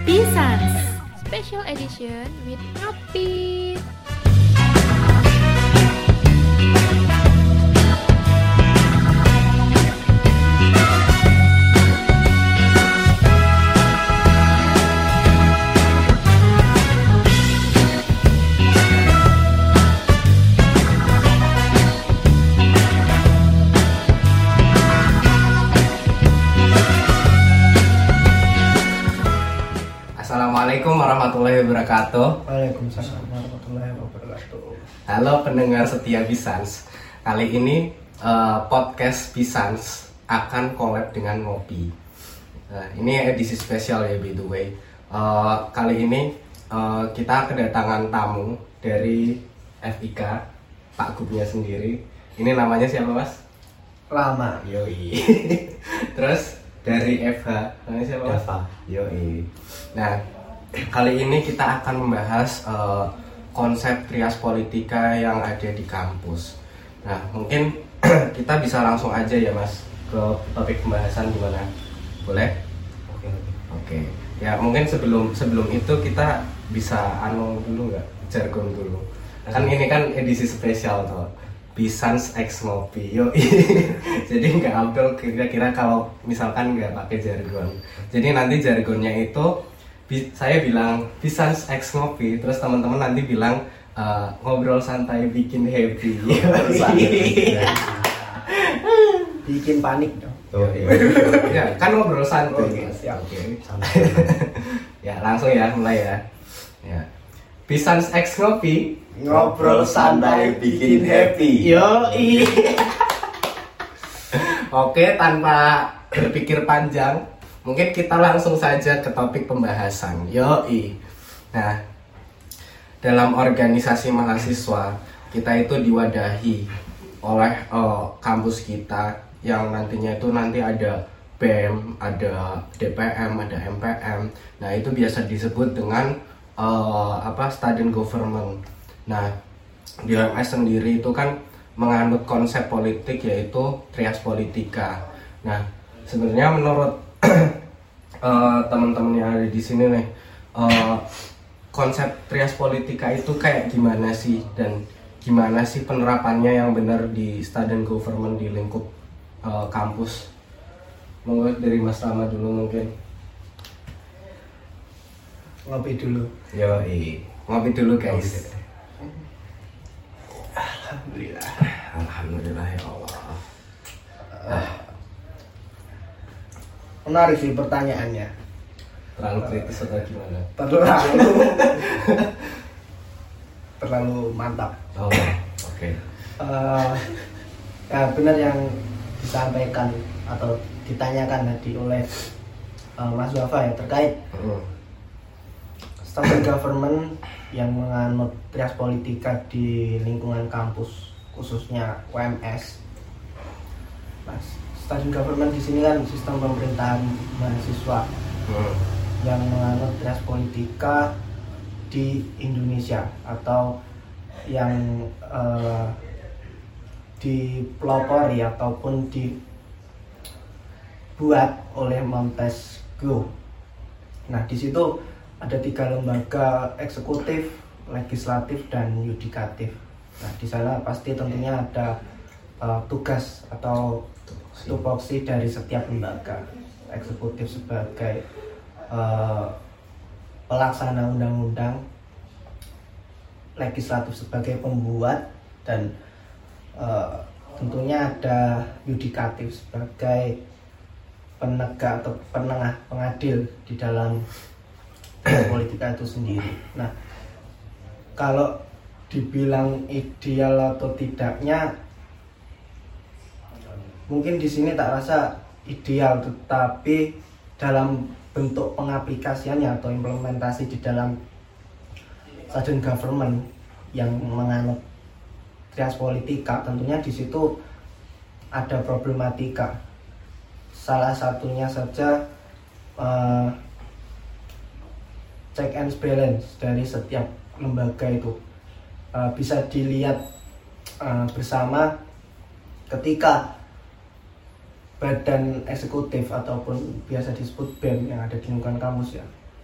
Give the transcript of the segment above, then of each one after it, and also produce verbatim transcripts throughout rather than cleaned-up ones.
Pisans Special Edition with Ngopi. Assalamualaikum warahmatullahi wabarakatuh. Waalaikumsalam warahmatullahi wabarakatuh. Halo pendengar setia Pisans. Kali ini uh, podcast Pisans akan collab dengan Ngopi. Nah, ini edisi spesial ya by the way. Uh, kali ini uh, kita kedatangan tamu dari F I K, Pak Gubnya sendiri. Ini namanya siapa Mas? Lama. Yoi. Terus dari F H, namanya siapa Mas? Eva. Yoi. Nah, kali ini kita akan membahas uh, konsep trias politika yang ada di kampus. Nah, mungkin kita bisa langsung aja ya Mas ke topik pembahasan gimana? Boleh? Oke. Oke. Ya mungkin sebelum sebelum itu kita bisa anu dulu nggak? Jargon dulu. Kan ini kan edisi spesial tuh. Pisans X Ngopi, yoi. Jadi nggak Abdul kira-kira kalau misalkan nggak pakai jargon. Jadi nanti jargonnya itu bi- saya bilang Pisans X Ngopi, terus teman-teman nanti bilang uh, ngobrol santai bikin happy. Bikin panik dong. Ya kan ngobrol santai. Oke, siap. Oke. Ya langsung ya mulai ya. Ya. Pisans X Ngopi. Ngobrol santai bikin happy. Yoi. Oke, tanpa berpikir panjang, mungkin kita langsung saja ke topik pembahasan. Yoi. Nah, dalam organisasi mahasiswa, kita itu diwadahi oleh uh, kampus kita yang nantinya itu nanti ada B E M, ada D P M, ada M P M. Nah, itu biasa disebut dengan uh, apa? Student Government. Nah, di U M S sendiri itu kan menganut konsep politik yaitu trias politika. Nah, sebenarnya menurut uh, teman-teman yang ada di sini nih, uh, konsep trias politika itu kayak gimana sih dan gimana sih penerapannya yang benar di student government di lingkup uh, kampus? Monggo dari Mas Rama dulu mungkin. Ngopi dulu. Yoi, ngopi dulu guys. Alhamdulillah. Alhamdulillah ya Allah. Uh, menarik sih pertanyaannya. Terlalu kritis atau gimana? Terlalu terlalu mantap. Oh, oke. Okay. Uh, ya benar yang disampaikan atau ditanyakan tadi oleh uh, Mas Wafa ya terkait Hmm. student government yang menganut trias politika di lingkungan kampus khususnya U M S. Nah, student government di sini kan sistem pemerintahan mahasiswa Hmm. yang menganut trias politika di Indonesia atau yang uh, dipelopori ataupun dibuat oleh Montesquieu. Nah, di situ ada tiga lembaga eksekutif, legislatif, dan yudikatif. Nah, di sana pasti tentunya ada uh, tugas atau tupoksi dari setiap lembaga. Eksekutif sebagai uh, pelaksana undang-undang, legislatif sebagai pembuat, dan uh, tentunya ada yudikatif sebagai penegak atau penengah pengadil di dalam politika itu sendiri. Nah, kalau dibilang ideal atau tidaknya, mungkin di sini tak rasa ideal, tetapi dalam bentuk pengaplikasiannya atau implementasi di dalam student government yang menganut trias politika, tentunya di situ ada problematika. Salah satunya saja uh, check and balance dari setiap lembaga itu uh, bisa dilihat uh, bersama ketika badan eksekutif ataupun biasa disebut B E M yang ada di lingkungan kampus ya,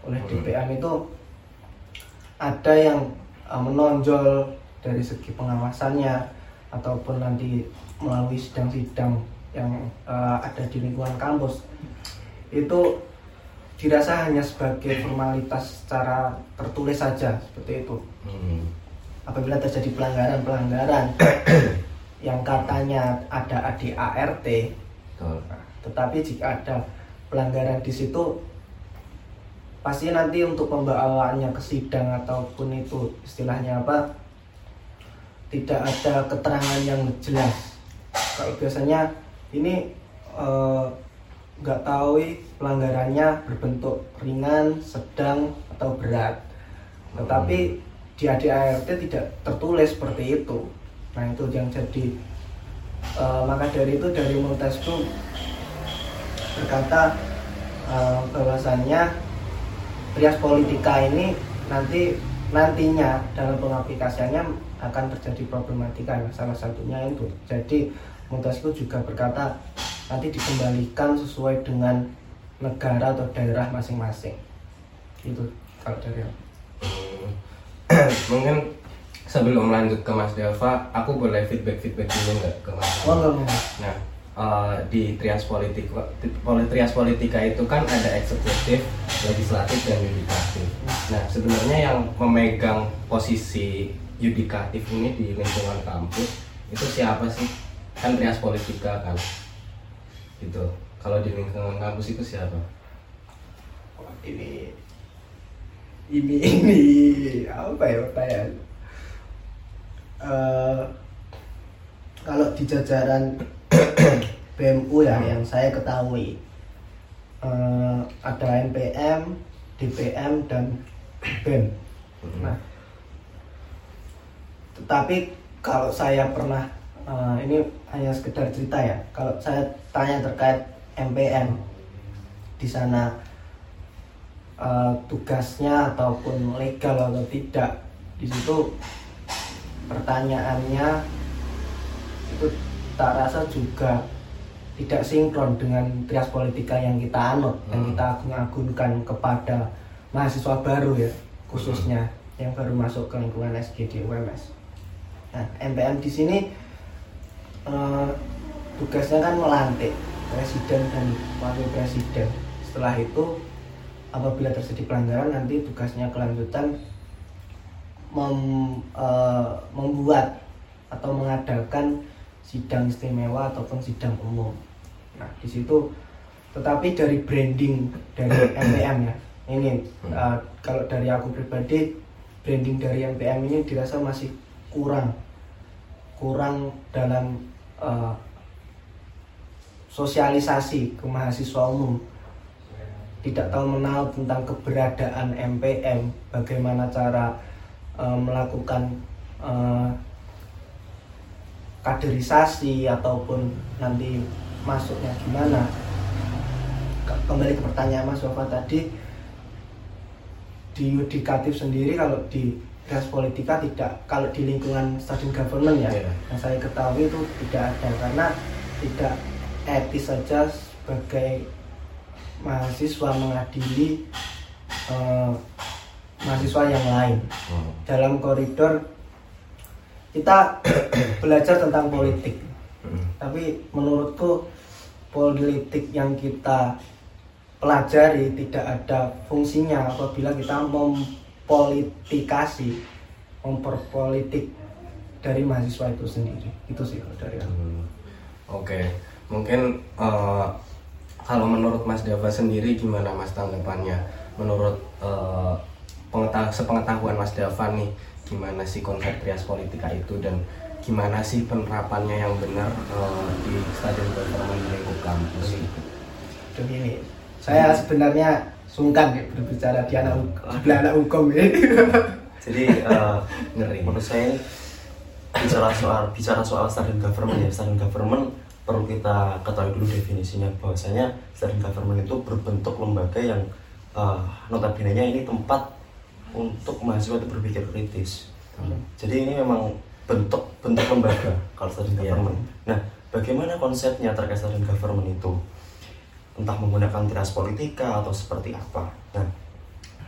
oleh D P M itu ada yang uh, menonjol dari segi pengawasannya ataupun nanti melalui sidang-sidang yang uh, ada di lingkungan kampus, itu dirasa hanya sebagai formalitas secara tertulis saja seperti itu. Hmm. Apabila terjadi pelanggaran-pelanggaran yang katanya ada A D A R T, oh. tetapi jika ada pelanggaran di situ, pasti nanti untuk pembawaannya ke sidang ataupun itu istilahnya apa, tidak ada keterangan yang jelas. Kalau biasanya ini nggak eh, tahu pelanggarannya berbentuk ringan, sedang atau berat, tetapi di A D A R T tidak tertulis seperti itu. Nah itu yang jadi eh, maka dari itu dari Montesquieu berkata eh, bahwasannya trias politika ini nanti nantinya dalam pengaplikasiannya akan terjadi problematika. Salah satunya itu. Jadi Montesquieu juga berkata nanti dikembalikan sesuai dengan negara atau daerah masing-masing. Itu kalau dari aku. Mungkin sebelum lanjut ke Mas Dava, aku boleh feedback-feedback dulu nggak ke Mas? Oh, enggak. Nah, uh, di trias politik, trias politika itu kan ada eksekutif, legislatif, dan yudikatif. Nah, sebenarnya yang memegang posisi yudikatif ini di lingkungan kampus itu siapa sih? Kan trias politika kan gitu. Kalau di lingkungan kampus itu siapa? Oh, ini ini ini apa ya Pak ya? Uh, kalau di jajaran B M U ya yang saya ketahui uh, ada N P M, D P M, dan B E M. Nah, tetapi kalau saya pernah uh, ini hanya sekedar cerita ya. Kalau saya tanya terkait M P M di sana uh, tugasnya ataupun legal atau tidak, di situ pertanyaannya itu tak rasa juga tidak sinkron dengan trias politika yang kita anut hmm. yang kita agung-agungkan kepada mahasiswa baru ya, khususnya hmm. yang baru masuk ke lingkungan S G D U M S. Nah, M P M di sini uh, tugasnya kan melantik presiden dan wakil presiden. Setelah itu apabila terjadi pelanggaran, nanti tugasnya kelanjutan mem, uh, membuat atau mengadakan sidang istimewa ataupun sidang umum. Nah, di situ tetapi dari branding dari M P M ya. Ini uh, kalau dari aku pribadi, branding dari M P M ini dirasa masih kurang kurang dalam uh, sosialisasi ke mahasiswa umum. Tidak tahu mengenal tentang keberadaan M P M, bagaimana cara uh, melakukan uh, kaderisasi ataupun nanti masuknya gimana. Kembali ke pertanyaan Mas Wafa tadi, di yudikatif sendiri kalau di trias politika tidak, kalau di lingkungan student government ya, yeah. yang saya ketahui itu tidak ada, karena tidak etis saja sebagai mahasiswa mengadili uh, mahasiswa yang lain. hmm. Dalam koridor kita belajar tentang politik, hmm. tapi menurutku politik yang kita pelajari tidak ada fungsinya apabila kita mempolitikasi, memperpolitik dari mahasiswa itu sendiri. Itu sih dari aku. Hmm. Oke, okay. Mungkin uh, kalau menurut Mas Dava sendiri gimana Mas tanggapannya? Menurut uh, pengetahuan, sepengetahuan Mas Dava nih, gimana sih konsep trias politika itu dan gimana sih penerapannya yang benar uh, di student government di lingkup kampus itu? Begini, saya sebenarnya sungkan ya berbicara di anak sebelah anak hukum ya. Jadi uh, ngeri. Menurut saya bicara soal bicara soal student government ya, student government perlu kita ketahui dulu definisinya, bahwasanya student government itu berbentuk lembaga yang uh, notabene-nya ini tempat untuk mahasiswa itu berpikir kritis. Hmm. Jadi ini memang bentuk bentuk lembaga kalau student government. Nah, bagaimana konsepnya terkait student government itu? Entah menggunakan trias politika atau seperti apa. Nah,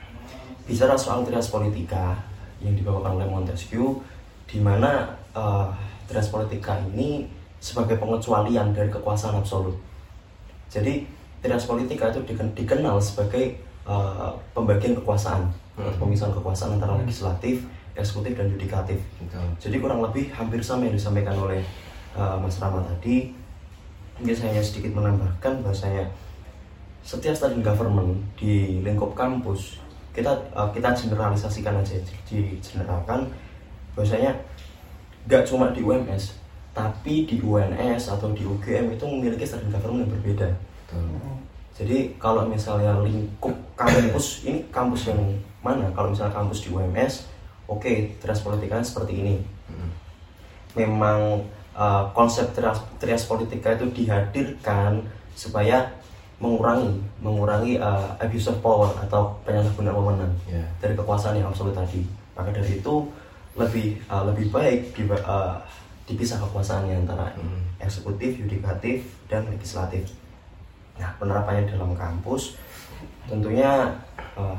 bicara soal trias politika yang dibawakan oleh Montesquieu, di mana uh, trias politika ini sebagai pengecualian dari kekuasaan absolut. Jadi trias politika itu dikenal sebagai uh, pembagian kekuasaan, hmm. pemisahan kekuasaan antara legislatif, eksekutif, dan yudikatif. Betul. Jadi kurang lebih hampir sama yang disampaikan oleh uh, Mas Rama tadi. Mungkin saya sedikit menambahkan bahwasanya setiap student government di lingkup kampus kita uh, kita generalisasikan aja, digeneralkan bahwasanya nggak cuma di U M S, tapi di U N S atau di U G M itu memiliki student government yang berbeda. Hmm. Jadi kalau misalnya lingkup kampus ini kampus yang mana? Kalau misalnya kampus di U M S, oke, okay, trias politika seperti ini. Hmm. Memang uh, konsep trias, trias politika itu dihadirkan supaya mengurangi mengurangi uh, abuse of power atau penyalahgunaan wewenang yeah. dari kekuasaan yang absolut tadi. Maka dari itu lebih uh, lebih baik di, uh, dipisah kekuasaannya antara mm. eksekutif, yudikatif, dan legislatif. Nah, penerapannya dalam kampus tentunya uh,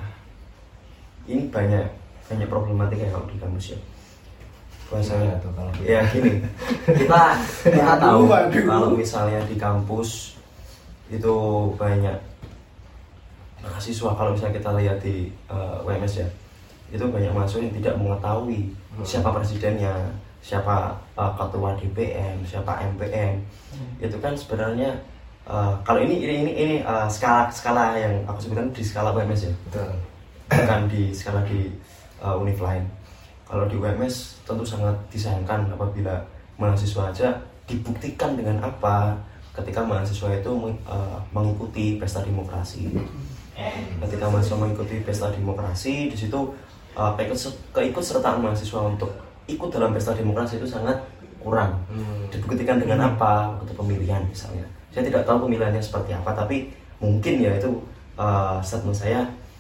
ini banyak banyak problematika kalau di kampus ya. Bahasanya tuh kalau ya gini kita kita tahu kalau misalnya di kampus itu banyak mahasiswa, kalau misalnya kita lihat di uh, U M S ya, itu banyak mahasiswa yang tidak mengetahui hmm. siapa presidennya, siapa uh, ketua D P M, siapa M P M. Hmm. Itu kan sebenarnya uh, kalau ini ini ini, ini uh, skala skala yang aku sebutkan di skala U M S ya, betul. Bukan di skala di uh, univ lain. Kalau di U M S tentu sangat disayangkan apabila mahasiswa aja dibuktikan dengan apa ketika mahasiswa itu uh, mengikuti pesta demokrasi. Ketika mahasiswa mengikuti pesta demokrasi, di situ uh, keikutsertaan mahasiswa untuk ikut dalam pesta demokrasi itu sangat kurang. Hmm. Dibuktikan dengan hmm. apa waktu pemilihan misalnya. Saya tidak tahu pemilihannya seperti apa, tapi mungkin ya itu uh, statement saya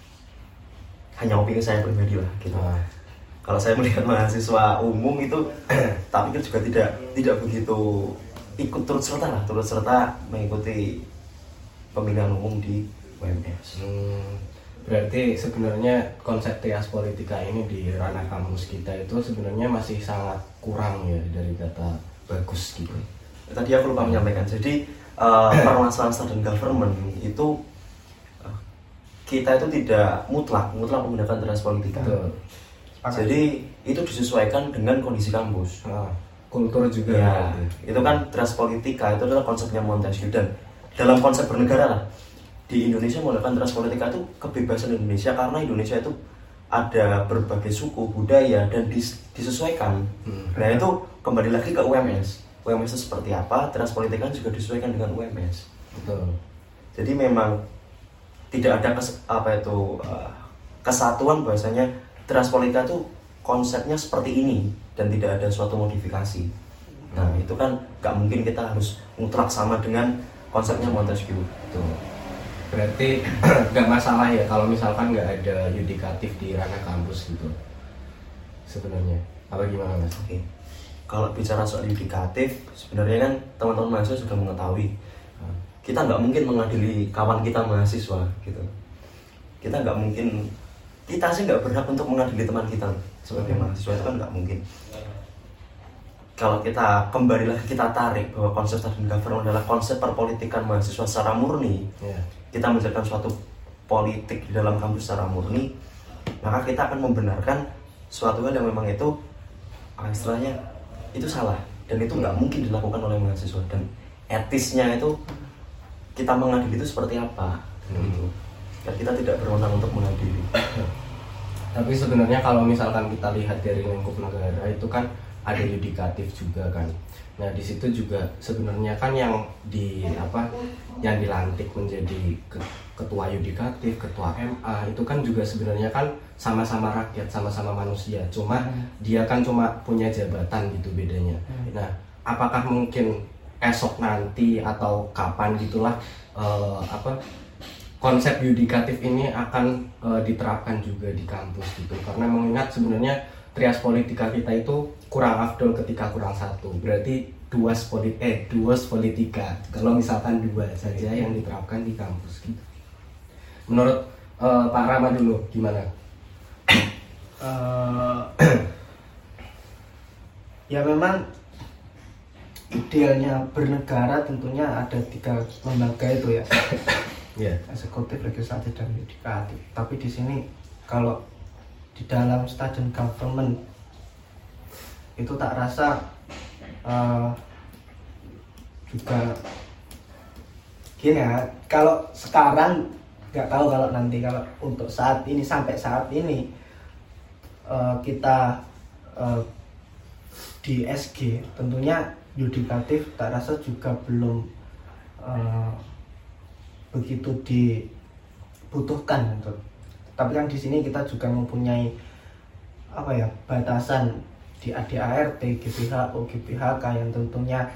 hanya opini saya pribadi lah gitu. Ah. Kalau saya melihat mahasiswa umum itu, tak pikir juga tidak tidak begitu ikut turut serta lah, turut serta mengikuti pemilihan umum di U M S. Hmm, berarti sebenarnya konsep trias politika ini di ranah kampus kita itu sebenarnya masih sangat kurang ya dari kata bagus gitu. Tadi aku lupa menyampaikan. Jadi uh, permasalahan student government itu uh, kita itu tidak mutlak mutlak menggunakan trias politika. Betul. Jadi itu disesuaikan dengan kondisi kampus. Ah. Kultur juga ya, itu kan trias politika itu adalah konsepnya Montesquieu, dan dalam konsep bernegara lah di Indonesia menggunakan trias politika itu kebebasan Indonesia karena Indonesia itu ada berbagai suku, budaya, dan dis, disesuaikan. hmm. Nah itu kembali lagi ke U M S. U M S itu seperti apa, trias politika juga disesuaikan dengan U M S. Betul. Jadi memang tidak ada kes, apa itu uh, kesatuan bahwasanya trias politika itu konsepnya seperti ini dan tidak ada suatu modifikasi. Nah itu kan nggak mungkin kita harus mutlak sama dengan konsepnya Montesquieu. Tuh. Berarti nggak masalah ya kalau misalkan nggak ada yudikatif di ranah kampus gitu sebenarnya. Apa gimana Mas? Oke. Kalau bicara soal yudikatif, sebenarnya kan teman-teman mahasiswa sudah mengetahui kita nggak mungkin mengadili kawan kita mahasiswa gitu. Kita nggak mungkin, kita sih nggak berhak untuk mengadili teman kita sebagai mahasiswa, itu kan nggak mungkin. Kalau kita kembali lagi kita tarik bahwa konsep student government adalah konsep perpolitikan mahasiswa secara murni, yeah. kita menjalankan suatu politik di dalam kampus secara murni, maka kita akan membenarkan suatu hal yang memang itu istilahnya itu salah dan itu nggak mungkin dilakukan oleh mahasiswa, dan etisnya itu kita mengadili itu seperti apa hmm. gitu. Dan kita tidak berwenang untuk mengadili. Tapi sebenarnya kalau misalkan kita lihat dari lingkup negara itu kan ada yudikatif juga kan. Nah di situ juga sebenarnya kan yang di apa yang dilantik menjadi ketua yudikatif, ketua M A itu kan juga sebenarnya kan sama-sama rakyat, sama-sama manusia. Cuma hmm. dia kan cuma punya jabatan gitu bedanya. Hmm. Nah apakah mungkin esok nanti atau kapan gitulah uh, apa konsep yudikatif ini akan uh, diterapkan juga di kampus gitu, karena mengingat sebenarnya trias politika kita itu kurang afdol ketika kurang satu, berarti duas polit eh duos politika kalau misalkan dua saja yang diterapkan di kampus gitu. Menurut uh, Pak Rama dulu gimana? uh, ya memang idealnya bernegara tentunya ada tiga lembaga itu ya, yeah. eksekutif, legislatif, dan yudikatif. Tapi di sini kalau di dalam student government itu tak rasa uh, juga gini ya, kalau sekarang nggak tahu, kalau nanti kalau untuk saat ini sampai saat ini uh, kita uh, di S G tentunya yudikatif tak rasa juga belum uh, begitu dibutuhkan gitu. Tapi kan di sini kita juga mempunyai apa ya, batasan di A D A R T, G P H, O G P H K yang tentunya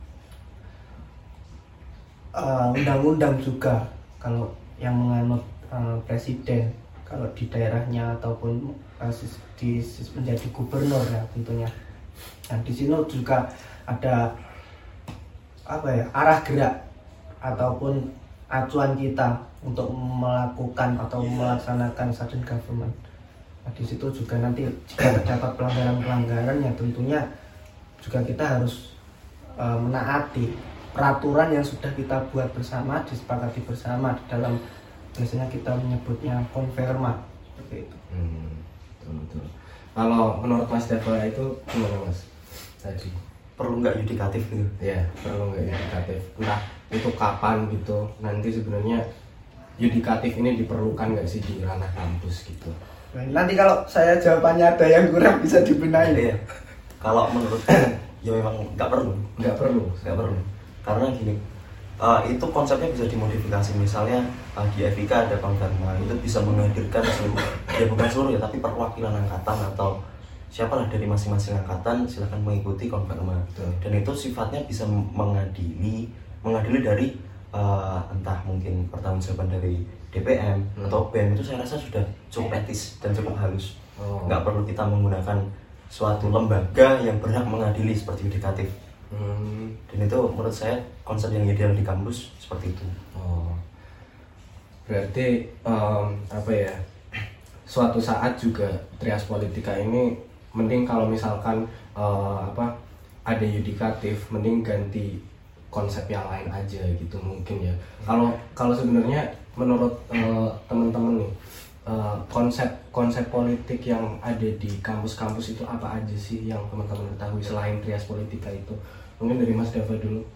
uh, undang-undang juga kalau yang menganut uh, presiden kalau di daerahnya ataupun uh, di menjadi gubernur ya tentunya. Dan di sini juga ada apa ya, arah gerak ataupun acuan kita untuk melakukan atau melaksanakan student government. Nah, di situ juga nanti jika terdapat pelanggaran-pelanggaran ya tentunya juga kita harus uh, menaati peraturan yang sudah kita buat bersama, disepakati bersama di dalam, biasanya kita menyebutnya konferma seperti itu. Hmm, betul, betul. Kalau menurut Mas Deva itu gimana Mas tadi? Perlu nggak yudikatif gitu? Ya, perlu nggak yudikatif. Nah, itu kapan gitu? Nanti sebenarnya yudikatif ini diperlukan nggak sih di ranah kampus gitu? Nanti kalau saya jawabannya ada yang kurang bisa dibenahi. Iya. Kalau menurut ya memang nggak perlu. Nggak perlu, nggak perlu. Karena gini, uh, itu konsepnya bisa dimodifikasi. Misalnya uh, di F I K ada konferma, itu bisa menghadirkan seluruh, ya bukan seluruh ya, tapi perwakilan angkatan atau siapalah dari masing-masing angkatan silahkan mengikuti konferma. Betul. Dan itu sifatnya bisa mengadili, mengadili dari uh, entah mungkin pertanggungjawaban dari D P M hmm. atau B E M. Itu saya rasa sudah cukup etis dan cukup halus. Oh. Nggak perlu kita menggunakan suatu lembaga yang berhak mengadili seperti yudikatif. Hmm. Dan itu menurut saya konsep yang ideal di kampus seperti itu. Oh, berarti um, apa ya? Suatu saat juga trias politika ini mending kalau misalkan uh, apa ada yudikatif, mending ganti konsep yang lain aja gitu mungkin ya. Kalau kalau sebenarnya menurut uh, teman-teman nih uh, konsep konsep politik yang ada di kampus-kampus itu apa aja sih yang teman-teman ketahui selain trias politika itu? Mungkin dari Mas Dava dulu.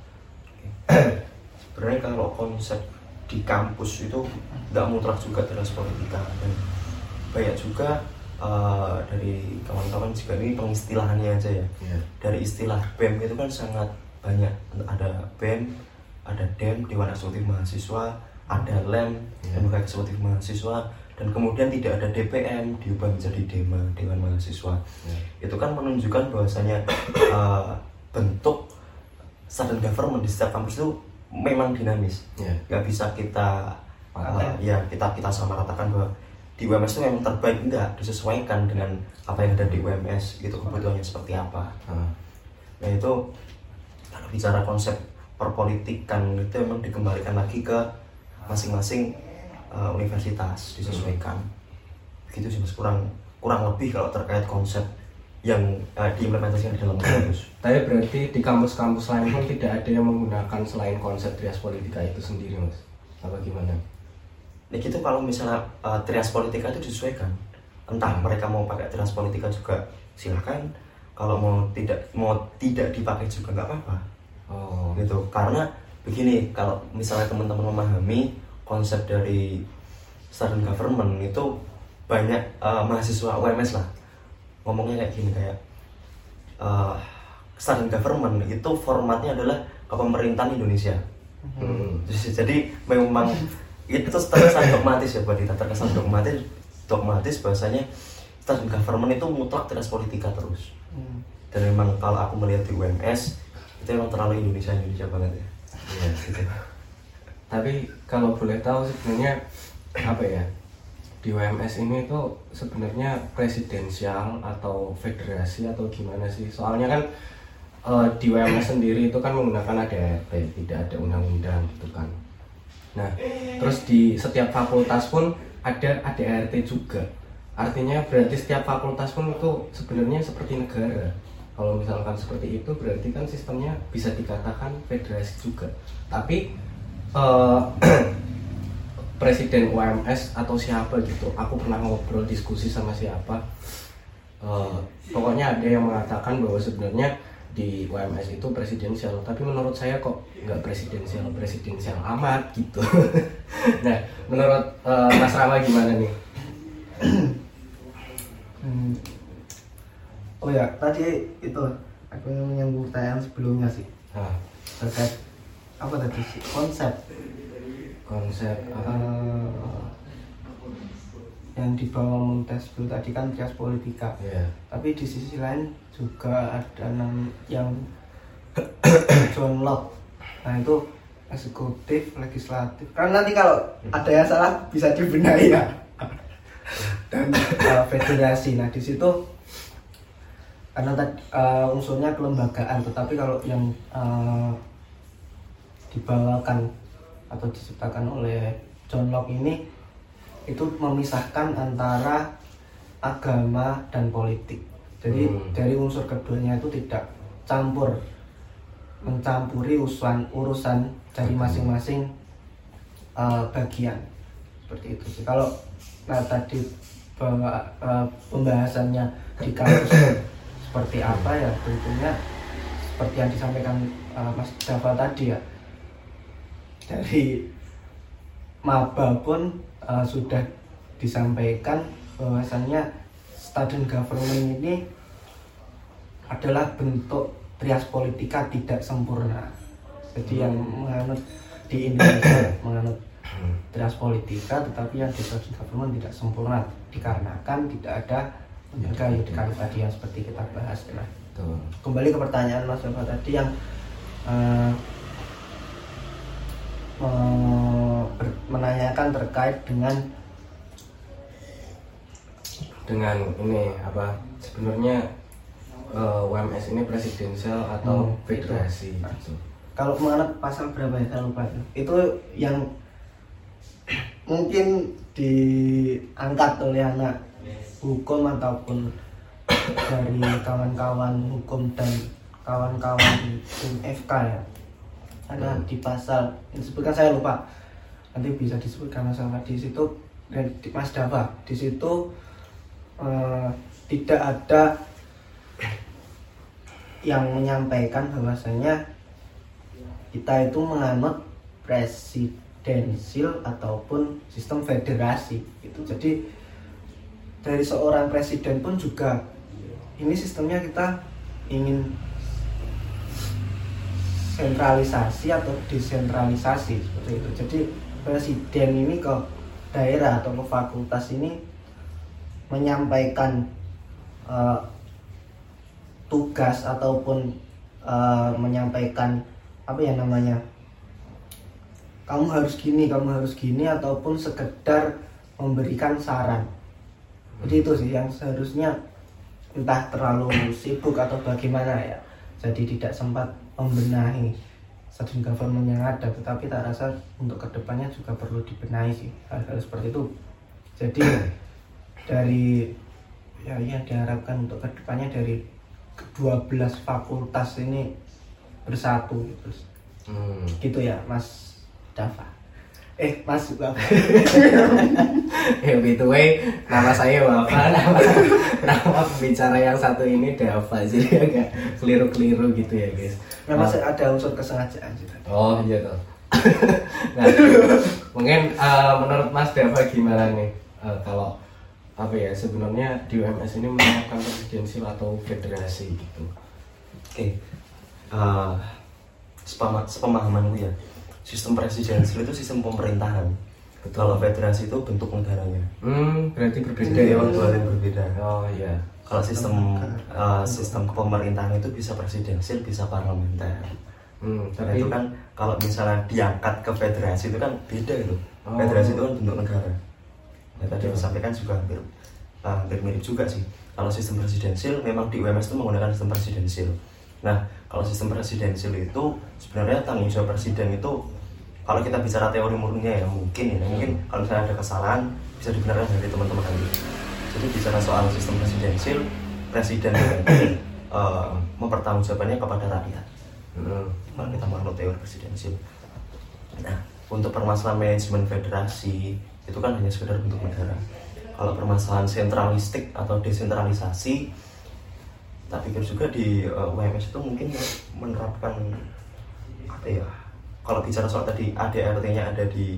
Sebenarnya kalau konsep di kampus itu nggak mutlak juga trias politika, dan banyak juga uh, dari kawan-kawan juga ini pengistilahannya aja ya. Yeah. Dari istilah B E M itu kan sangat banyak, ada B E M, ada D E M, Dewan Eksekutif Mahasiswa, ada L E M, yeah. Lembaga Eksekutif Mahasiswa, dan kemudian tidak ada D P M, diubah menjadi DEMA, Dewan Mahasiswa. Yeah. Itu kan menunjukkan bahwasanya uh, bentuk student government di setiap kampus itu memang dinamis. Yeah. Gak bisa kita uh, ya kita kita samaratakan bahwa di U M S itu memang terbaik, enggak, disesuaikan dengan apa yang ada di U M S gitu, kebutuhannya seperti apa. Hmm. Nah itu kalau bicara konsep perpolitikan itu memang dikembalikan lagi ke masing-masing uh, universitas, disesuaikan. Begitu sih Mas, kurang kurang lebih kalau terkait konsep yang uh, diimplementasikan di dalam kampus. Tapi berarti di kampus-kampus lain pun tidak ada yang menggunakan selain konsep trias politika itu sendiri Mas? Apa gimana? Nah gitu, kalau misalnya uh, trias politika itu disesuaikan, entah mereka mau pakai trias politika juga silakan, kalau mau tidak mau tidak dipakai juga nggak apa-apa. Oh. Gitu, karena begini, kalau misalnya teman-teman memahami konsep dari student government itu banyak uh, mahasiswa U M S lah ngomongnya kayak gini, kayak uh, student government itu formatnya adalah kepemerintahan Indonesia. Hmm. Jadi memang itu terkesan dogmatis ya buat kita, terkesan dogmatis dogmatis bahasanya student government itu mutlak trias politika terus. Hmm. Dan memang kalau aku melihat di U M S itu memang terlalu Indonesia Indonesia banget ya. Iya gitu. Tapi kalau boleh tahu sebenarnya apa ya, di U M S ini tuh sebenarnya presidensial atau federasi atau gimana sih? Soalnya kan uh, di U M S sendiri itu kan menggunakan A D A R T, tidak ada undang-undang gitu kan. Nah, terus di setiap fakultas pun ada A D A R T juga. artinya berarti setiap fakultas pun itu sebenarnya seperti negara. Kalau misalkan seperti itu berarti kan sistemnya bisa dikatakan federasi juga. Tapi uh, presiden U M S atau siapa gitu, aku pernah ngobrol diskusi sama siapa, uh, pokoknya ada yang mengatakan bahwa sebenarnya di U M S itu presidensial, tapi menurut saya kok nggak presidensial presidensial amat gitu. Nah, menurut uh, Mas Rama gimana nih? hmm. Oh ya, tadi itu aku yang menyambung pertanyaan sebelumnya sih. Nah, terkait apa tadi sih konsep konsep apa? Uh, yang dibawa Montesquieu tadi kan trias politika. Yeah. Tapi di sisi lain juga ada nam yang John Locke. Nah itu eksekutif, legislatif. Karena nanti kalau ada yang salah bisa dibenahi ya. Dan uh, federasi. Nah di situ karena uh, unsurnya kelembagaan, tetapi kalau yang uh, dibawakan atau diciptakan oleh John Locke ini itu memisahkan antara agama dan politik. Jadi hmm. dari unsur keduanya itu tidak campur, mencampuri urusan urusan dari masing-masing uh, bagian seperti itu sih. Kalau nah tadi bahwa uh, pembahasannya di kampus seperti apa ya, tentunya seperti yang disampaikan uh, Mas Dava tadi ya, dari maba pun uh, sudah disampaikan bahwasannya student government ini adalah bentuk trias politika tidak sempurna. Jadi yang menganut di Indonesia menganut trias politika, tetapi yang di student government tidak sempurna dikarenakan tidak ada lembaga yudikatif tadi yang seperti kita bahas. Nah, Tuh. Kembali ke pertanyaan Mas Dava tadi yang uh, uh, menanyakan terkait dengan dengan ini apa sebenarnya uh, U M S ini presidensial atau hmm, federasi itu. gitu. Kalau mengenai pasal berapa ya saya lupa itu. Itu yang mungkin diangkat oleh anak hukum ataupun dari kawan-kawan hukum dan kawan-kawan F K ya. Ada hmm. di pasal yang disebutkan saya lupa. Nanti bisa disebutkan masalah di situ dan di Mas Dava. Di situ Uh, tidak ada yang menyampaikan bahwasanya kita itu menganut presidensil ataupun sistem federasi gitu. Jadi dari seorang presiden pun juga ini sistemnya kita ingin sentralisasi atau desentralisasi seperti itu. Jadi presiden ini ke daerah atau ke fakultas ini menyampaikan uh, tugas ataupun uh, menyampaikan apa ya namanya, kamu harus gini, kamu harus gini, ataupun sekedar memberikan saran. Jadi itu sih yang seharusnya entah terlalu sibuk atau bagaimana ya, jadi tidak sempat membenahi student government yang ada. Tetapi tak rasa untuk kedepannya juga perlu dibenahi sih hal-hal seperti itu. Jadi dari ya yang diharapkan untuk kedepannya dari kedua belas fakultas ini bersatu gitu. Hmm. Gitu ya Mas Dava. Eh Mas Dava. Ya by the way, nama saya Bapak, nama nama bicara yang satu ini Dava, jadi agak keliru-keliru gitu ya guys. Memang oh. ada unsur kesengajaan sih tadi. Oh iya toh. Nah, mungkin uh, menurut Mas Dava gimana nih uh, kalau apa ya sebenarnya di U M S ini menerapkan presidensial atau federasi gitu? Oke, okay. uh, sepama, sepemahamanku ya, sistem presidensial itu sistem pemerintahan. Betul. Kalau federasi itu bentuk negaranya. Hmm, berarti berbeda ya? Dua yang berbeda. Oh iya. Kalau sistem uh, sistem pemerintahan itu bisa presidensial, bisa parlementer. Hmm, tapi itu kan kalau misalnya diangkat ke federasi itu kan beda itu. Oh. Federasi itu kan bentuk negara. Ya, tadi disampaikan juga hampir, uh, hampir mirip juga sih. Kalau sistem presidensial memang di U M S itu menggunakan sistem presidensial. Nah, kalau sistem presidensial itu sebenarnya tanggung jawab presiden itu, kalau kita bicara teori murninya ya mungkin ya, mungkin kalau misalnya ada kesalahan bisa dibenarkan dari teman-teman kami. Jadi bicara soal sistem presidensil, presiden uh, mempertanggungjawabannya kepada rakyat. Hmm. Kalau kita menganut teori presidensil. Nah, untuk permasalahan manajemen federasi itu kan hanya sekedar bentuk negara. Kalau permasalahan sentralistik atau desentralisasi, tak pikir juga di uh, U M S itu mungkin menerapkan apa ya? Kalau bicara soal tadi A D R T-nya ada di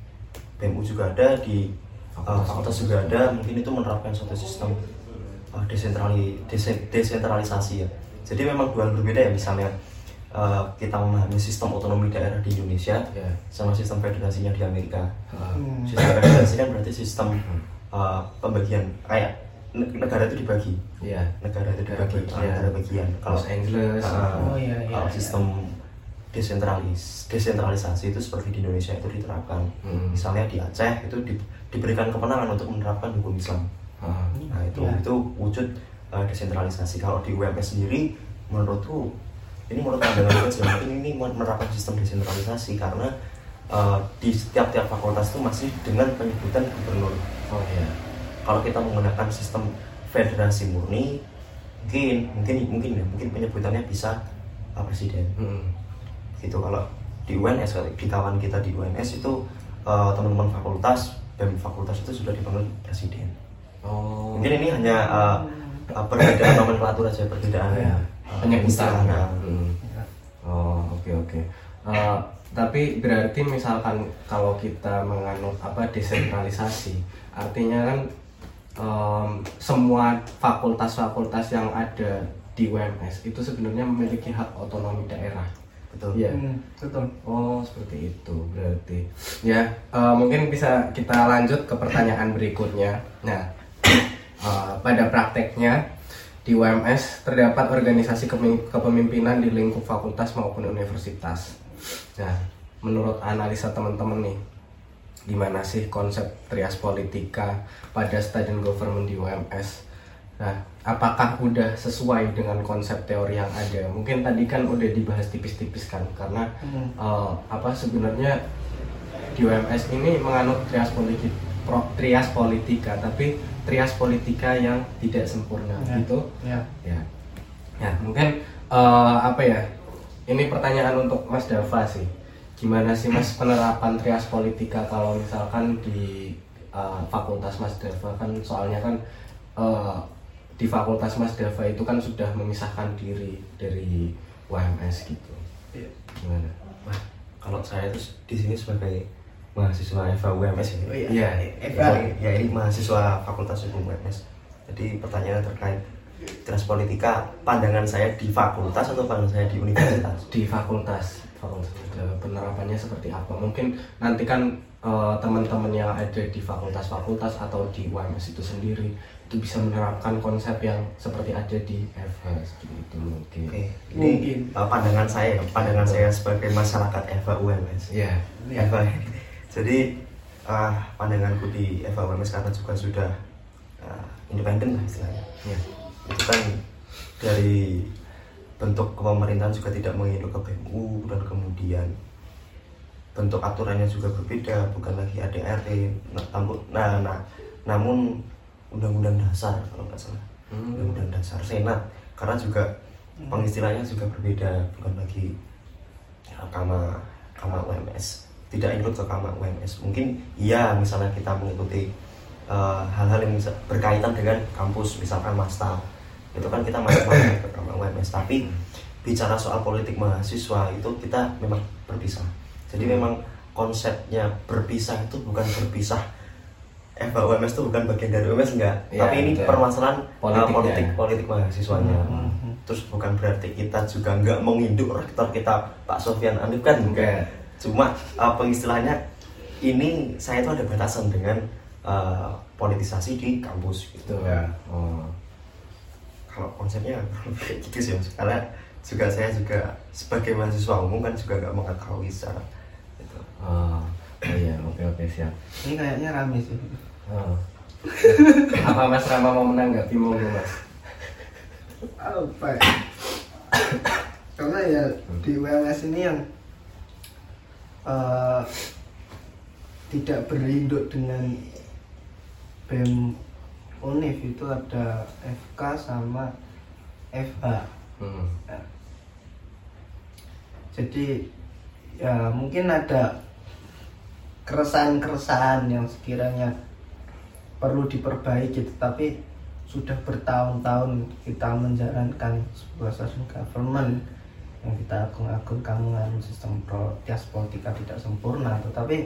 B M U juga ada, di uh, fakultas juga ada, mungkin itu menerapkan suatu sistem uh, desentrali, desen, desentralisasi ya. Jadi memang dua hal berbeda ya, misalnya uh, kita memahami sistem otonomi daerah di Indonesia yeah. sama sistem federasinya di Amerika. Hmm. Sistem federasi kan berarti sistem uh, pembagian kayak negara itu dibagi, yeah. negara itu dibagi, negara, negara bagian. Kalau Los Angeles, uh, oh, iya, iya, kalau sistem desentralis, desentralisasi itu seperti di Indonesia itu diterapkan. Hmm. Misalnya di Aceh itu di, diberikan kewenangan untuk menerapkan hukum Islam. Hmm. Nah itu yeah. itu wujud uh, desentralisasi. Kalau di U M S sendiri, menurutku ini menurut pandangan saya ini menerapkan sistem desentralisasi karena uh, di setiap-tiap fakultas itu masih dengan penyebutan gubernur. Oh iya. Kalau kita menggunakan sistem federasi murni, mungkin mungkin mungkin ya mungkin penyebutannya bisa uh, presiden. Hmm. Gitu. Kalau di U N S, di kawan kita di U N S itu uh, teman-teman fakultas dan fakultas itu sudah dipanggil presiden. Oh. Mungkin ini hanya uh, uh, perbedaan nomenklatur aja, perbedaan ya. uh, penyebutan. Hmm. Oh oke okay, oke. Okay. Uh, tapi berarti misalkan kalau kita menganut apa desentralisasi, artinya kan um, semua fakultas-fakultas yang ada di U M S itu sebenarnya memiliki hak otonomi daerah. Betul. Ya. Hmm, betul. Oh, seperti itu berarti. Ya, uh, mungkin bisa kita lanjut ke pertanyaan berikutnya. Nah, uh, pada prakteknya di U M S terdapat organisasi kepemimpinan di lingkup fakultas maupun universitas. Nah, menurut analisa teman-teman nih, gimana sih konsep trias politika pada student government di U M S? Nah, apakah udah sesuai dengan konsep teori yang ada? Mungkin tadi kan udah dibahas tipis-tipis kan, karena hmm. uh, apa sebenarnya di U M S ini menganut trias politik, pro, trias politika, tapi trias politika yang tidak sempurna, ya. Gitu. Ya. Ya. Ya, mungkin uh, apa ya? Ini pertanyaan untuk Mas Dava sih. Gimana sih Mas penerapan trias politika kalau misalkan di uh, fakultas Mas Dava kan, soalnya kan uh, di fakultas Mas Dava itu kan sudah memisahkan diri dari U M S gitu. Iya. Gimana? Wah, kalau saya itu di sini sebagai mahasiswa Eva U M S ya. Oh, iya. Eva. Ya, ya ini mahasiswa Fakultas Hukum U M S. Jadi pertanyaan terkait trias politika, pandangan saya di fakultas atau pandangan saya di universitas? Di fakultas. Fakultas. Penerapannya seperti apa? Mungkin nanti kan uh, teman-teman yang ada di fakultas-fakultas atau di U M S itu sendiri itu bisa menerapkan konsep yang seperti ada di F H gitu mungkin. Oke, ini mungkin. Uh, pandangan saya, pandangan oh. saya sebagai masyarakat F H U M S. Iya. Yeah. F H. Jadi uh, pandanganku di F H U M S karena juga sudah uh, independen lah istilahnya. Yeah. Itu kan dari bentuk kepemerintahan juga tidak menginduk ke B M U dan kemudian bentuk aturannya juga berbeda, bukan lagi A D R T. Nah, nah, namun Undang-Undang Dasar kalau nggak salah, hmm. Undang-Undang Dasar Senat, karena juga pengistilahnya juga berbeda, bukan lagi Kama Kama U M S, tidak ikut ke Kama U M S. Mungkin iya misalnya kita mengikuti uh, hal-hal yang berkaitan dengan kampus, misalkan Masta, itu kan kita masuk ke Kama U M S. Tapi bicara soal politik mahasiswa itu kita memang berpisah. Jadi hmm. memang konsepnya berpisah itu bukan berpisah F H U M S itu bukan bagian dari U M S enggak, ya, tapi ini permasalahan politik politik, politik mahasiswanya. Hmm. Terus bukan berarti kita juga enggak menginduk rektor kita Pak Sofyan Anif kan enggak. Cuma uh, pengistilahnya ini saya itu ada batasan dengan uh, politisasi di kampus gitu. Ya. Oh. Kalau konsepnya kayak gitu sih Mas. Karena juga saya juga sebagai mahasiswa umum kan juga enggak mengetahui secara itu. Oh. Oh iya, oke oke siap. Ini kayaknya rame sih. Oh. Apa Mas Rama mau menanggapi monggo Mas? Apa? Ya? Karena ya di U M S ini yang uh, tidak berinduk dengan B E M Univ itu ada F K sama F H. Hmm. Nah, jadi ya mungkin ada keresahan-keresahan yang sekiranya perlu diperbaiki, tetapi sudah bertahun-tahun kita menjalankan sebuah stasiun government yang kita agung-agungkan dengan sistem prodias politika tidak sempurna, tetapi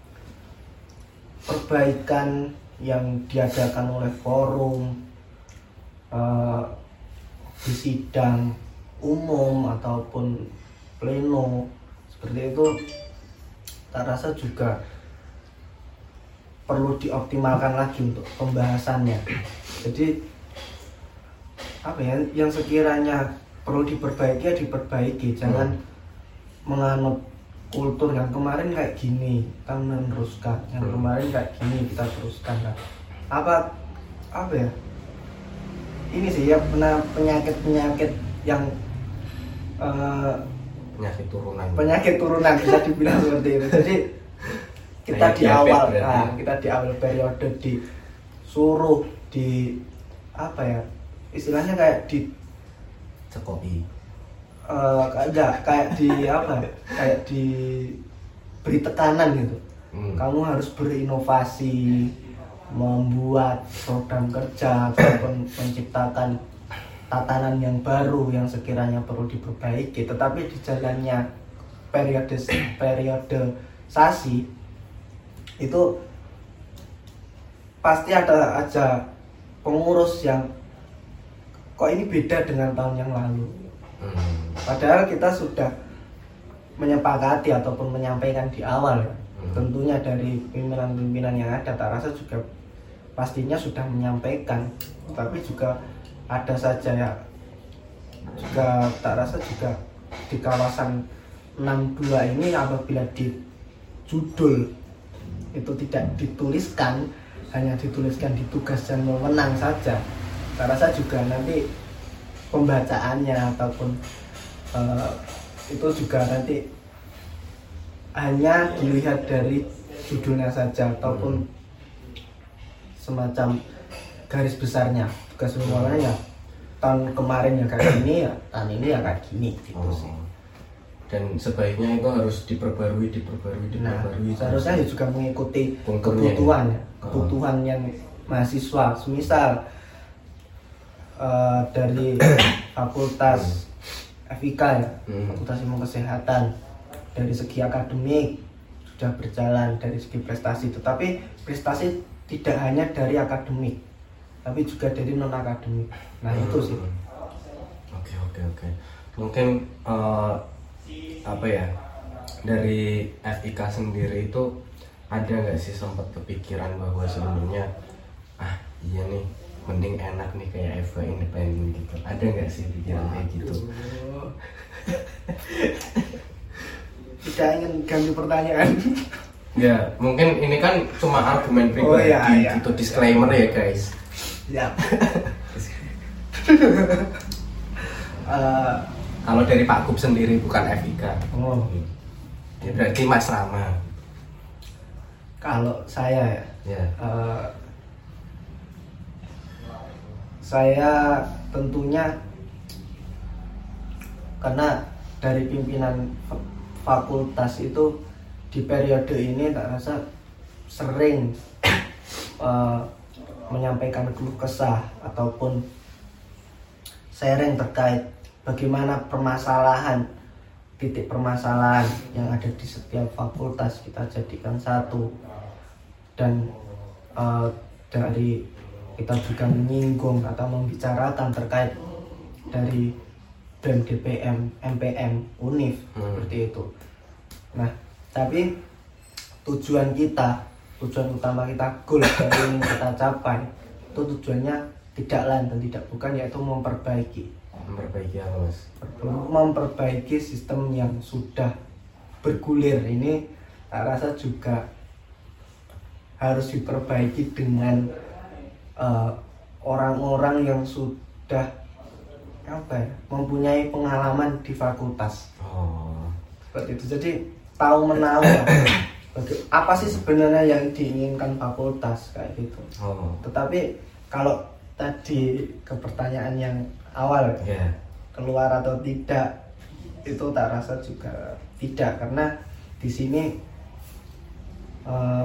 perbaikan yang diadakan oleh forum uh, di sidang umum ataupun pleno seperti itu, tak rasa juga perlu dioptimalkan lagi untuk pembahasannya. Jadi apa ya, yang sekiranya perlu diperbaiki ya diperbaiki, jangan hmm. menganut kultur yang kemarin kayak gini kita meneruskan, yang hmm. kemarin kayak gini kita teruskan. Nah, apa apa ya, ini sih ya penyakit-penyakit yang uh, penyakit turunan penyakit turunan bisa dibilang seperti itu. Jadi kita di awal nah, kita di awal periode disuruh di apa ya istilahnya kayak di cekoki uh, kayak kayak di apa kayak di beri tekanan gitu. hmm. Kamu harus berinovasi, membuat program kerja ataupun menciptakan tatanan yang baru yang sekiranya perlu diperbaiki, tetapi di jalannya periode periodisasi itu pasti ada aja pengurus yang kok ini beda dengan tahun yang lalu. hmm. Padahal kita sudah menyepakati ataupun menyampaikan di awal, hmm. tentunya dari pimpinan-pimpinan yang ada, tak rasa juga pastinya sudah menyampaikan, tapi juga ada saja ya, juga tak rasa juga di kawasan enam puluh dua ini apabila di judul itu tidak dituliskan, hanya dituliskan di tugas dan wewenang saja, tak rasa juga nanti pembacaannya ataupun uh, itu juga nanti hanya dilihat dari judulnya saja ataupun semacam garis besarnya. Tugas wewenangnya ya tahun kemarin ya kayak gini, ya tahun ini ya kayak gini gitu oh. sih. Dan sebaiknya itu harus diperbarui, diperbarui, diperbarui. Nah, seharusnya ya juga mengikuti Pungkurnya kebutuhan, ya. kebutuhan oh. yang mahasiswa. Semisal uh, dari fakultas F I K ya, hmm. Fakultas Ilmu Kesehatan, dari segi akademik sudah berjalan, dari segi prestasi. Tetapi prestasi tidak hanya dari akademik, tapi juga dari non akademik. Nah hmm. itu sih. Oke oke oke. Mungkin uh, apa ya, dari F I K sendiri itu ada nggak sih sempat kepikiran bahwa sebenarnya ah iya nih mending enak nih kayak F K independen gitu? Ada nggak sih pikiran kayak gitu? Tidak ingin ganti pertanyaan. Ya mungkin ini kan cuma argumen pribadi, oh, iya, iya. Itu disclaimer ya guys. Ya. uh, Kalau dari Pak Gub sendiri bukan F I K. Oh. Ya berarti Mas Rama. Kalau saya ya, ya. Uh, saya tentunya karena dari pimpinan fakultas itu di periode ini tak rasa sering uh, menyampaikan keluh kesah ataupun sharing terkait bagaimana permasalahan, titik permasalahan yang ada di setiap fakultas kita jadikan satu. Dan uh, dari kita juga menyinggung atau membicarakan terkait dari B E M D P M, M P M, Univ, hmm. seperti itu. Nah, tapi tujuan kita, tujuan utama kita, goal yang ingin kita capai, itu tujuannya tidak lain dan tidak bukan, yaitu memperbaiki. Memperbaiki apa Mas? Memperbaiki sistem yang sudah bergulir ini, saya rasa juga harus diperbaiki dengan uh, orang-orang yang sudah apa ya, mempunyai pengalaman di fakultas. Oh. Seperti itu. Jadi tahu menahu apa sih sebenarnya yang diinginkan fakultas kayak gitu. Oh. Tetapi kalau tadi ke pertanyaan yang awal yeah. keluar atau tidak, itu tak rasa juga tidak, karena di sini uh,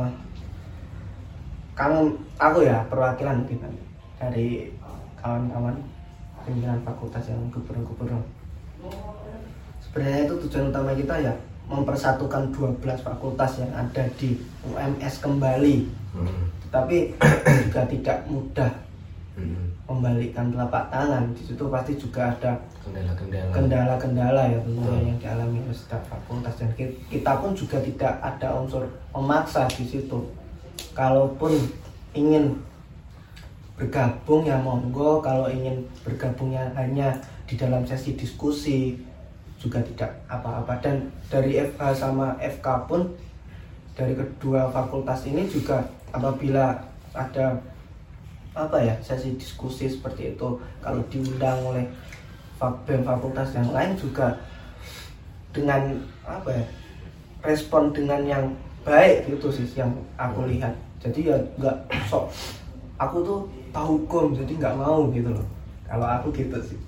kamu aku ya perwakilan mungkin dari kawan-kawan pimpinan fakultas yang gubernur-gubernur. Sebenarnya itu tujuan utama kita ya mempersatukan dua belas fakultas yang ada di U M S kembali. Hmm. Tetapi juga tidak mudah hmm. membalikkan telapak tangan. Di situ pasti juga ada kendala-kendala. Kendala-kendala ya tentunya hmm. yang dialami oleh setiap fakultas, dan kita pun juga tidak ada unsur memaksa di situ. Kalaupun ingin bergabung ya monggo, kalau ingin bergabungnya hanya di dalam sesi diskusi juga tidak apa-apa. Dan dari F H sama F K pun, dari kedua fakultas ini juga apabila ada apa ya sesi diskusi seperti itu, kalau diundang oleh B E M fakultas yang lain juga dengan apa ya respon dengan yang baik gitu sih yang aku lihat. Jadi ya nggak sok aku tuh tahu hukum jadi nggak mau gitu loh, kalau aku gitu sih.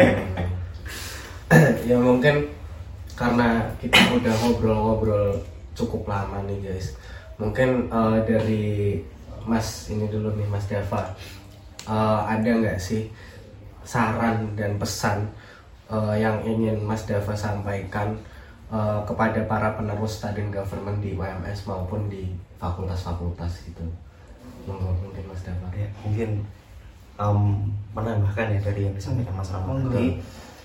Ya mungkin karena kita udah ngobrol-ngobrol cukup lama nih guys, mungkin uh, dari Mas ini dulu nih, Mas Dava, uh, ada nggak sih saran dan pesan uh, yang ingin Mas Dava sampaikan uh, kepada para penerus student government di U M S maupun di fakultas-fakultas gitu? Mungkin Mas Dava. Ya, mungkin um, menambahkan ya dari yang disampaikan Mas Rahmat tadi.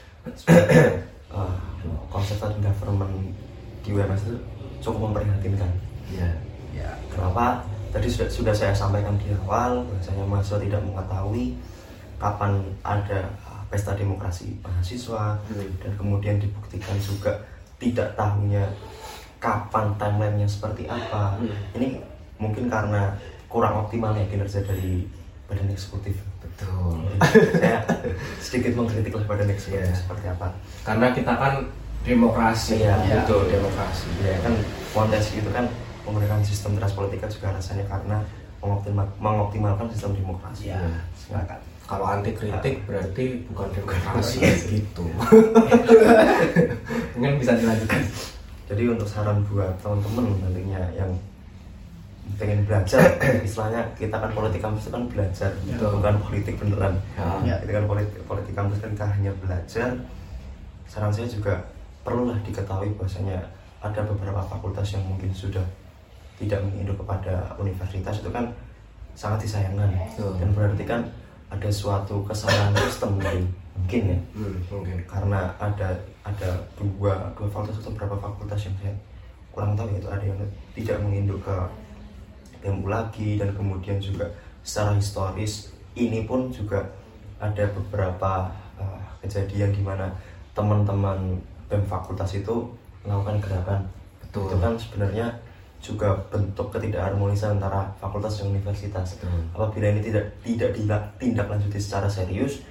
uh, konsep student government di U M S itu cukup memprihatinkan. Ya. Ya. Kenapa? Tadi sudah sudah saya sampaikan di awal, bahwasanya mahasiswa tidak mengetahui kapan ada pesta demokrasi mahasiswa, hmm. dan kemudian dibuktikan juga tidak tahunya kapan timelinenya seperti apa. Hmm. Ini mungkin karena kurang optimalnya kinerja dari badan eksekutif. Betul. Saya sedikit mengkritik lah badan eksekutif yeah. seperti apa. Karena kita kan demokrasi ya, ya, betul demokrasi. Ya kan konteks itu kan menggunakan sistem transpolitika juga rasanya karena mengoptimal, mengoptimalkan sistem demokrasi. Ya, silakan. Kalau anti kritik nah. berarti bukan demokrasi gitu. Mungkin bisa dilanjutkan. Jadi untuk saran buat teman-teman nantinya yang pengen belajar, istilahnya kita kan politik kampus itu kan belajar, ya. bukan politik beneran. Ya. Itu kan politik, politik kampus kan kita hanya belajar. Saran saya juga perlulah diketahui bahwasanya ada beberapa fakultas yang mungkin sudah tidak menginduk kepada universitas, itu kan sangat disayangkan. Oh. Dan berarti kan ada suatu kesalahan sistem mungkin, mungkin ya. Hmm, mungkin. Karena ada ada dua dua fakultas atau beberapa fakultas yang saya kurang tahu, yaitu ada yang tidak menginduk ke B E M U lagi, dan kemudian juga secara historis ini pun juga ada beberapa uh, kejadian di mana teman-teman B E M fakultas itu melakukan gerakan. Betul. Itu kan sebenarnya juga bentuk ketidakharmonisan antara fakultas dan universitas. Betul. Apabila ini tidak tidak ditindaklanjuti secara serius,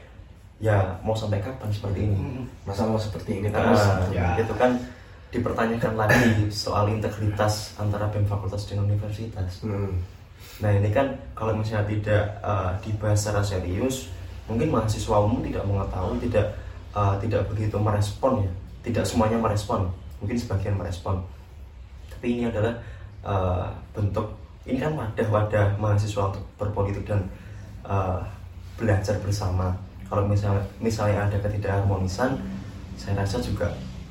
ya mau sampai kapan seperti ini? Masa mau seperti ini terus? Nah, ya. Itu kan dipertanyakan lagi soal integritas antara B E M fakultas dan universitas. Hmm. Nah ini kan kalau misalnya tidak uh, dibahas secara serius, mungkin mahasiswa umum tidak mengetahui, tidak uh, tidak begitu merespon ya. Tidak semuanya merespon, mungkin sebagian merespon. Tapi ini adalah uh, bentuk, ini kan wadah-wadah mahasiswa untuk berpolitik dan uh, belajar bersama. Kalau misalnya misalnya ada ketidakharmonisan, saya rasa juga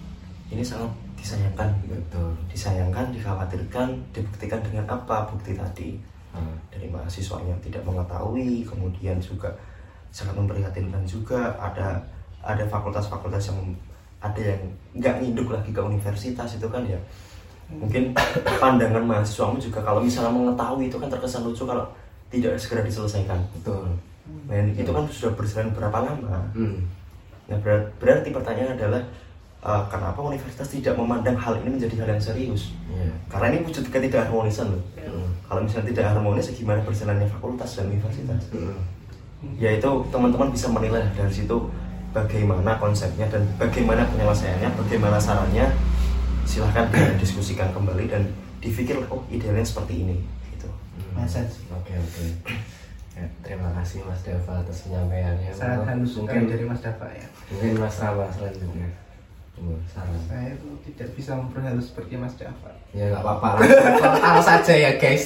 ini sangat disayangkan. Betul. Disayangkan, dikhawatirkan, dibuktikan dengan apa bukti tadi. Hmm. Dari mahasiswa yang tidak mengetahui, kemudian juga sangat memprihatinkan juga ada ada fakultas-fakultas yang ada yang nggak nginduk lagi ke universitas, itu kan ya mungkin pandangan mahasiswamu juga kalau misalnya mengetahui itu kan terkesan lucu kalau tidak segera diselesaikan. Betul. Nah itu kan sudah berjalan berapa lama. Hmm. Nah ber- berarti pertanyaan adalah uh, kenapa universitas tidak memandang hal ini menjadi hal yang serius? Yeah. Karena ini wujud ketidakharmonisan loh. Hmm. Kalau misalnya tidak harmonis, gimana berjalannya fakultas dan universitas? Hmm. Ya itu teman-teman bisa menilai dari situ bagaimana konsepnya dan bagaimana penyelesaiannya, bagaimana sarannya. Silahkan diskusikan kembali dan dipikir, oh idealnya seperti ini gitu. Hmm. Oke oke. Ya, terima kasih Mas Dava atas penyampaiannya. Sangat halus mungkin dari Mas Dava ya. Mungkin Mas Rama selanjutnya. Oh, saran. Saya tuh tidak bisa memperhalus seperti Mas Dava. Ya nggak apa-apa, langsung total saja ya guys.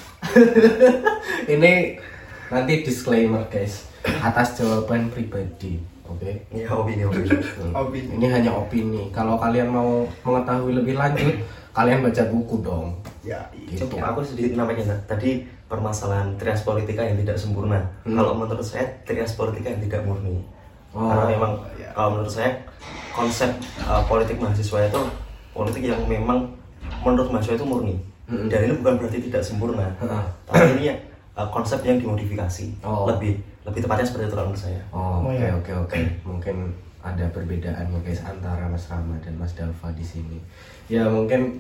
Ini nanti disclaimer guys, atas jawaban pribadi, oke? Okay? Ini opini opini. Opini. Ini hanya opini. Kalau kalian mau mengetahui lebih lanjut, kalian baca buku dong. Ya, Gitu. Cukup aku sedikit namanya tadi permasalahan trias politika yang tidak sempurna. Hmm. Kalau menurut saya trias politika yang tidak murni. Oh, Karena memang ya. kalau menurut saya konsep uh, politik mahasiswa itu politik yang memang menurut mahasiswa itu murni. Hmm. Dan ini bukan berarti tidak sempurna. Heeh. Tapi ini ya uh, konsep yang dimodifikasi. Oh. Lebih lebih tepatnya seperti itu kalau menurut saya. Oh, Oh, oke ya. oke oke. Mungkin ada perbedaan ya guys antara Mas Rama dan Mas Dava di sini. Ya mungkin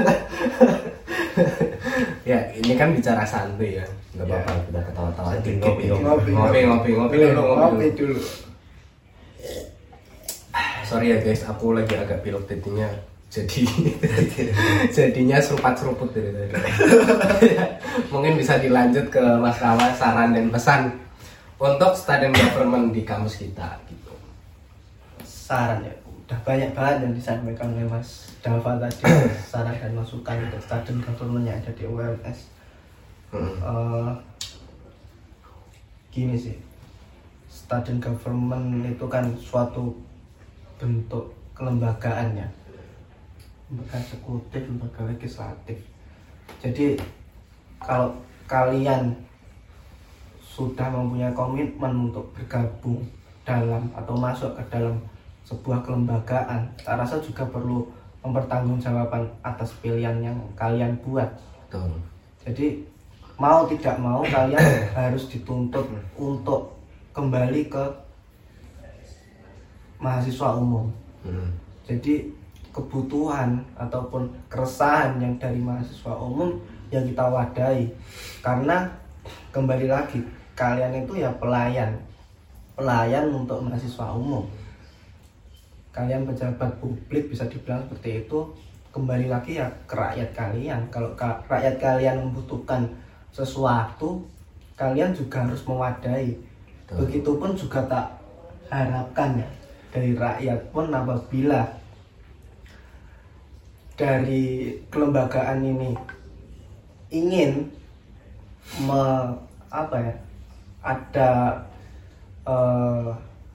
ya ini kan bicara santai ya. Nggak Ya. apa-apa kita ketawa-tawa Santai, dikit ngopi, ya. ngopi, ngopi ngopi ngopi dulu ngopi Ngopi dulu. dulu. Sorry ya guys, aku lagi agak pilek tadinya jadi jadinya seruput-seruput dari tadi. Mungkin bisa dilanjut ke Mas Rama saran dan pesan untuk student government di kampus kita gitu. Saran ya, udah banyak banget yang disampaikan oleh Mas Dava tadi. Saran dan masukan untuk student government yang ada di U M S. Hmm. Eh, gini sih, student government itu kan suatu bentuk kelembagaan ya, lembaga eksekutif, lembaga legislatif. Jadi kalau kalian sudah mempunyai komitmen untuk bergabung dalam atau masuk ke dalam sebuah kelembagaan, saya rasa juga perlu mempertanggungjawabkan atas pilihan yang kalian buat. Betul. Jadi mau tidak mau kalian harus dituntut untuk kembali ke mahasiswa umum. Hmm. Jadi kebutuhan ataupun keresahan yang dari mahasiswa umum yang kita wadahi, karena kembali lagi kalian itu ya pelayan pelayan untuk mahasiswa umum. Kalian pejabat publik bisa dibilang seperti itu, kembali lagi ya ke rakyat kalian. Kalau ka- rakyat kalian membutuhkan sesuatu, kalian juga harus mewadahi. Betul. Begitupun juga tak harapkan ya dari rakyat pun, apabila dari kelembagaan ini ingin me, apa ya ada eh,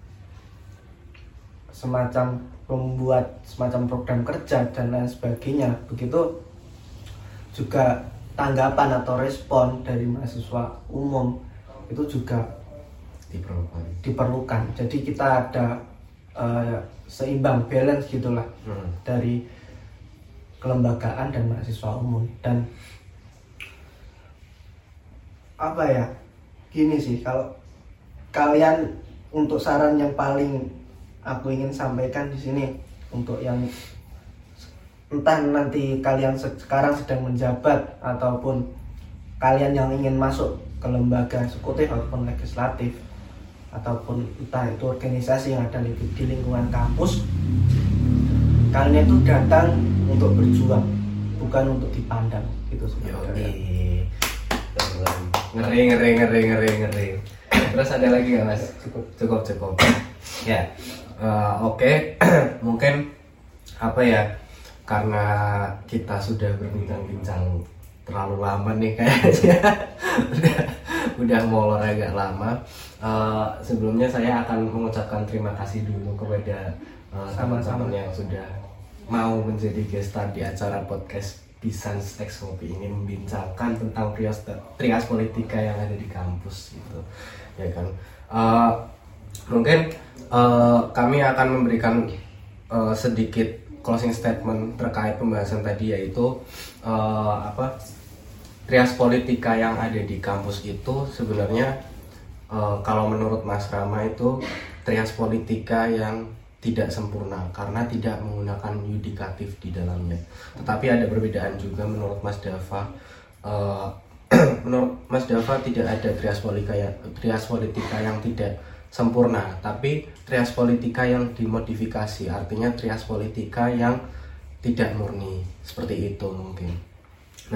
semacam membuat semacam program kerja dan lain sebagainya, begitu juga tanggapan atau respon dari mahasiswa umum itu juga Diperlukan. diperlukan. Jadi kita ada uh, seimbang, balance gitulah Hmm. dari kelembagaan dan mahasiswa umum. Dan apa ya, gini sih, kalau kalian, untuk saran yang paling aku ingin sampaikan di sini untuk yang entah nanti kalian se- sekarang sedang menjabat ataupun kalian yang ingin masuk ke lembaga eksekutif ataupun legislatif ataupun entah itu organisasi yang ada di, di lingkungan kampus, kalian itu datang untuk berjuang, bukan untuk dipandang gitu sebenarnya. Ngeri ngeri ngeri ngeri ngeri. Terus ada lagi nggak Mas? Cukup. Cukup cukup. Ya, eh, oke. Mungkin apa ya? Karena kita sudah berbincang-bincang terlalu lama nih kayaknya. udah, udah molor agak lama. Eh, sebelumnya saya akan mengucapkan terima kasih dulu kepada eh, Sama-sama. teman-teman yang sudah mau menjadi guest star di acara podcast Pisans X Ngopi ini, membincangkan tentang trias, trias politika yang ada di kampus gitu, ya kan. Uh, mungkin uh, kami akan memberikan uh, sedikit closing statement terkait pembahasan tadi, yaitu uh, apa trias politika yang ada di kampus itu sebenarnya uh, kalau menurut Mas Rama itu trias politika yang tidak sempurna karena tidak menggunakan yudikatif di dalamnya. Tetapi ada perbedaan juga menurut Mas Dava. Uh, menurut Mas Dava tidak ada trias politika yang trias politika yang tidak sempurna, tapi trias politika yang dimodifikasi, artinya trias politika yang tidak murni, seperti itu mungkin. Nah,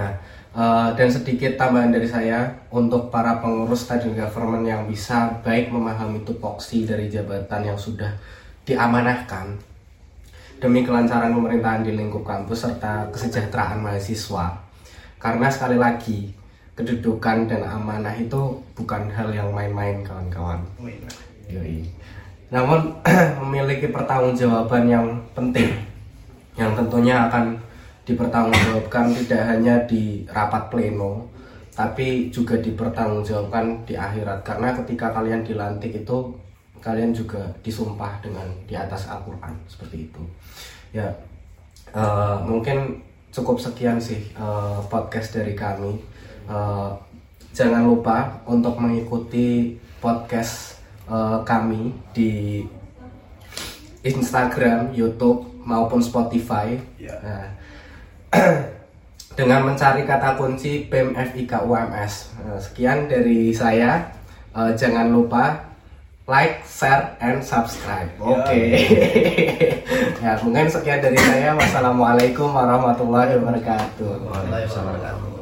Uh, dan sedikit tambahan dari saya untuk para pengurus student government yang bisa baik memahami tupoksi dari jabatan yang sudah diamanahkan demi kelancaran pemerintahan di lingkup kampus serta kesejahteraan mahasiswa. Karena sekali lagi kedudukan dan amanah itu bukan hal yang main-main kawan-kawan. Yoi. Namun memiliki pertanggungjawaban yang penting yang tentunya akan dipertanggungjawabkan tidak hanya di rapat pleno tapi juga dipertanggungjawabkan di akhirat, karena ketika kalian dilantik itu kalian juga disumpah dengan di atas Al-Quran seperti itu ya. Uh, mungkin cukup sekian sih uh, podcast dari kami. uh, jangan lupa untuk mengikuti podcast uh, kami di Instagram, YouTube maupun Spotify yeah. Nah, dengan mencari kata kunci B E M F I K U M S. Sekian dari saya. Uh, jangan lupa like, share, and subscribe. Oke. Okay. Ya, mungkin sekian dari saya. Wassalamualaikum warahmatullahi wabarakatuh. Waalaikumsalam.